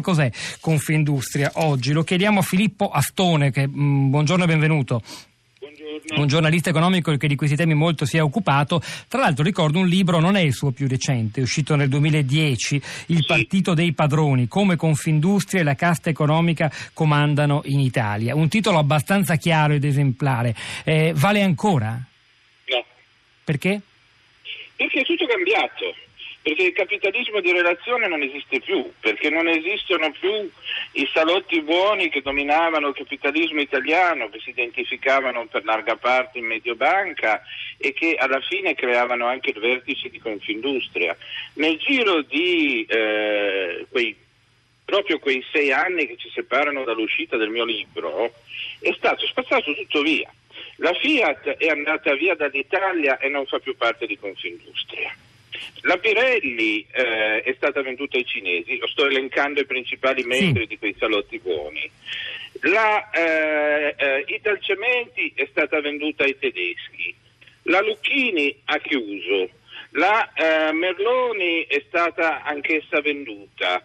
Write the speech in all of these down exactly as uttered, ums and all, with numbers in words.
cos'è Confindustria oggi? Lo chiediamo a Filippo Astone, che mh, buongiorno e benvenuto. Un giornalista economico che di questi temi molto si è occupato. Tra l'altro ricordo un libro, non è il suo più recente, è uscito nel duemiladieci, Il partito dei padroni, come Confindustria e la casta economica comandano in Italia. Un titolo abbastanza chiaro ed esemplare. Eh, vale ancora? No. Perché? Perché è tutto cambiato. Perché il capitalismo di relazione non esiste più, perché non esistono più i salotti buoni che dominavano il capitalismo italiano, che si identificavano per larga parte in Mediobanca e che alla fine creavano anche il vertice di Confindustria. Nel giro di eh, quei, proprio quei sei anni che ci separano dall'uscita del mio libro, è stato spazzato tutto via. La Fiat è andata via dall'Italia e non fa più parte di Confindustria. La Pirelli eh, è stata venduta ai cinesi, lo sto elencando i principali membri sì. di quei salotti buoni. La eh, eh, Italcementi è stata venduta ai tedeschi, la Lucchini ha chiuso, la eh, Merloni è stata anch'essa venduta.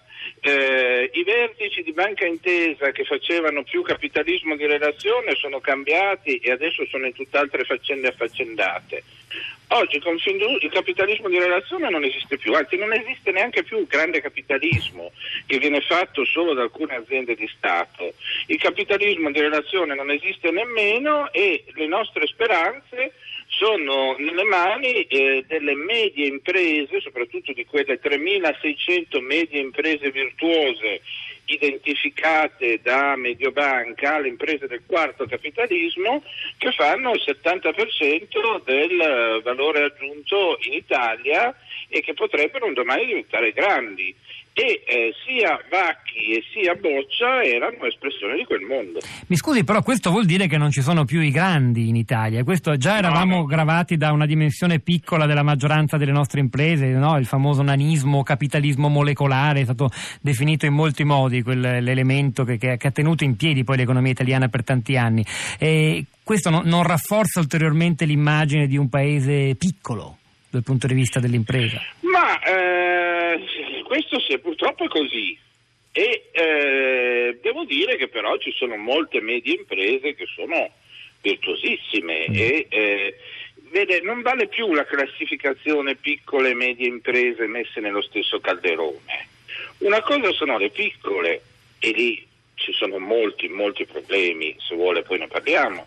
Eh, I vertici di Banca Intesa che facevano più capitalismo di relazione sono cambiati e adesso sono in tutt'altre faccende affaccendate. Oggi il capitalismo di relazione non esiste più, anzi non esiste neanche più il grande capitalismo che viene fatto solo da alcune aziende di Stato. Il capitalismo di relazione non esiste nemmeno e le nostre speranze sono nelle mani eh, delle medie imprese, soprattutto di quelle tremilaseicento medie imprese virtuose identificate da Mediobanca, le imprese del quarto capitalismo, che fanno il settanta per cento del valore aggiunto in Italia e che potrebbero un domani diventare grandi. E eh, sia Vacchi e sia Boccia erano espressione di quel mondo. Mi scusi, però questo vuol dire che non ci sono più i grandi in Italia. Questo già eravamo no, no. gravati da una dimensione piccola della maggioranza delle nostre imprese, no? Il famoso nanismo, capitalismo molecolare, è stato definito in molti modi quell'elemento che, che ha tenuto in piedi poi l'economia italiana per tanti anni. E questo no, non rafforza ulteriormente l'immagine di un paese piccolo dal punto di vista dell'impresa? Ma eh, questo sì, purtroppo è così e eh, devo dire che però ci sono molte medie imprese che sono virtuosissime mm. e eh, vede, non vale più la classificazione piccole e medie imprese messe nello stesso calderone. Una cosa sono le piccole e lì ci sono molti molti problemi, se vuole poi ne parliamo,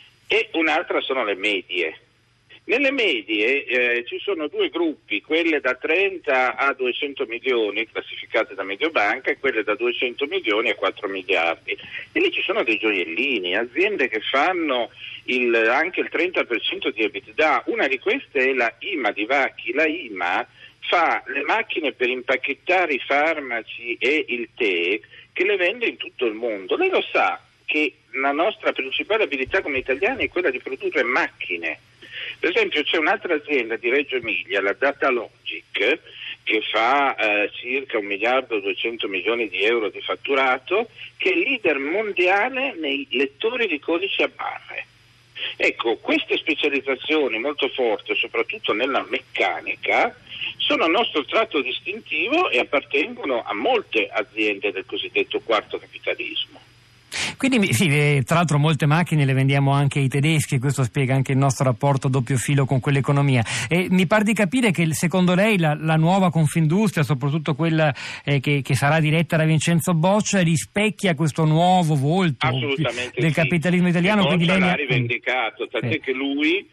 e un'altra sono le medie. Nelle medie eh, ci sono due gruppi, quelle da trenta a duecento milioni classificate da Mediobanca e quelle da duecento milioni a quattro miliardi. E lì ci sono dei gioiellini, aziende che fanno il, anche il trenta per cento di EBITDA. Una di queste è la I M A di Vacchi. La I M A fa le macchine per impacchettare i farmaci e il tè che le vende in tutto il mondo. Lei lo sa che la nostra principale abilità come italiani è quella di produrre macchine. Per esempio c'è un'altra azienda di Reggio Emilia, la Datalogic, che fa eh, circa un miliardo e duecento milioni di euro di fatturato, che è leader mondiale nei lettori di codici a barre. Ecco, queste specializzazioni molto forti, soprattutto nella meccanica, sono il nostro tratto distintivo e appartengono a molte aziende del cosiddetto quarto capitalismo. Quindi sì, tra l'altro molte macchine le vendiamo anche ai tedeschi, questo spiega anche il nostro rapporto a doppio filo con quell'economia. E mi pare di capire che secondo lei la, la nuova Confindustria, soprattutto quella eh, che, che sarà diretta da Vincenzo Boccia, rispecchia questo nuovo volto del sì. capitalismo italiano. Boccia quindi lei l'ha ha rivendicato, tant'è sì. che lui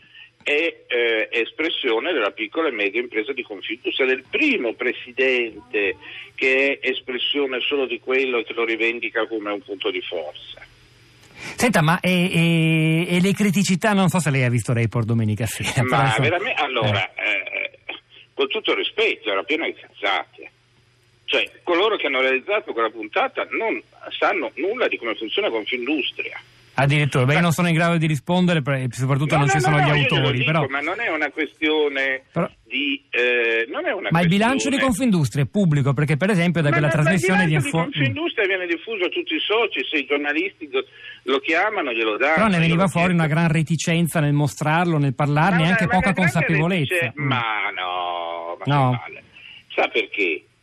è eh, espressione della piccola e media impresa di Confindustria, del primo presidente che è espressione solo di quello che lo rivendica come un punto di forza. Senta, ma e, e, e le criticità, non so se lei ha visto Report domenica sera. Ma so. veramente, allora, eh. Eh, con tutto il rispetto, era pieno di cazzate. Cioè, coloro che hanno realizzato quella puntata non sanno nulla di come funziona Confindustria. Addirittura, beh, io non sono in grado di rispondere, soprattutto no, non no, ci sono no, gli no, autori. Dico, però... Ma non è una questione però... di. Eh, non è una ma questione... il bilancio di Confindustria è pubblico, perché per esempio da ma quella ma, trasmissione di Il bilancio di Confindustria viene diffuso a tutti i soci, se i giornalisti lo chiamano glielo danno. Però ne veniva fuori una gran reticenza nel mostrarlo, nel parlarne, e anche poca consapevolezza. Retice... Mm. Ma no, ma no. che male. Sa perché?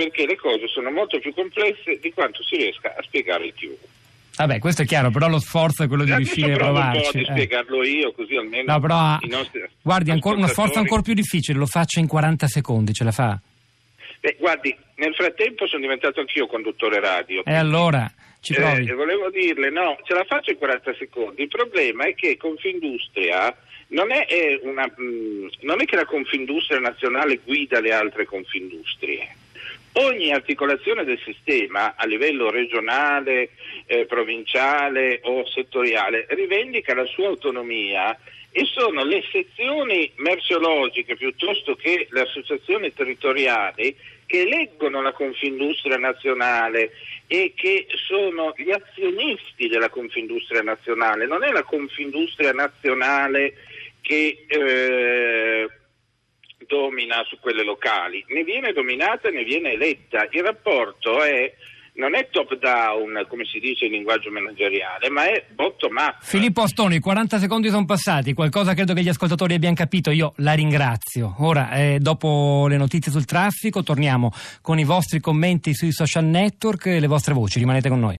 perché le cose sono molto più complesse di quanto si riesca a spiegare in tivù. Vabbè, questo è chiaro, però lo sforzo è quello di riuscire a provarci. Un po' di eh. spiegarlo io, così almeno no, però, i nostri guardi, ancora, uno sforzo ancora più difficile, lo faccia in quaranta secondi, ce la fa? Beh, guardi, nel frattempo sono diventato anch'io conduttore radio. E allora, ci provi. Eh, volevo dirle, no, ce la faccio in quaranta secondi. Il problema è che Confindustria non è, è una, mh, non è che la Confindustria nazionale guida le altre Confindustrie. Ogni articolazione del sistema a livello regionale, eh, provinciale o settoriale rivendica la sua autonomia e sono le sezioni merceologiche piuttosto che le associazioni territoriali che eleggono la Confindustria nazionale e che sono gli azionisti della Confindustria nazionale. Non è la Confindustria nazionale che eh, domina su quelle locali, ne viene dominata e ne viene eletta. Il rapporto è non è top down, come si dice in linguaggio manageriale, ma è bottom up. Filippo Ostoni, quaranta secondi sono passati, qualcosa credo che gli ascoltatori abbiano capito, io la ringrazio. Ora, eh, dopo le notizie sul traffico, torniamo con i vostri commenti sui social network e le vostre voci, rimanete con noi.